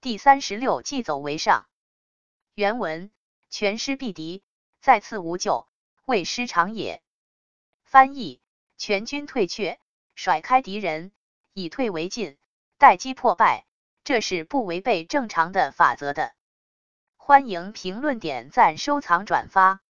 第36计走为上。原文：全师必敌，再次无救，未失常也。翻译：全军退却，甩开敌人，以退为进，待机破败，这是不违背正常的法则的。欢迎评论、点赞、收藏、转发。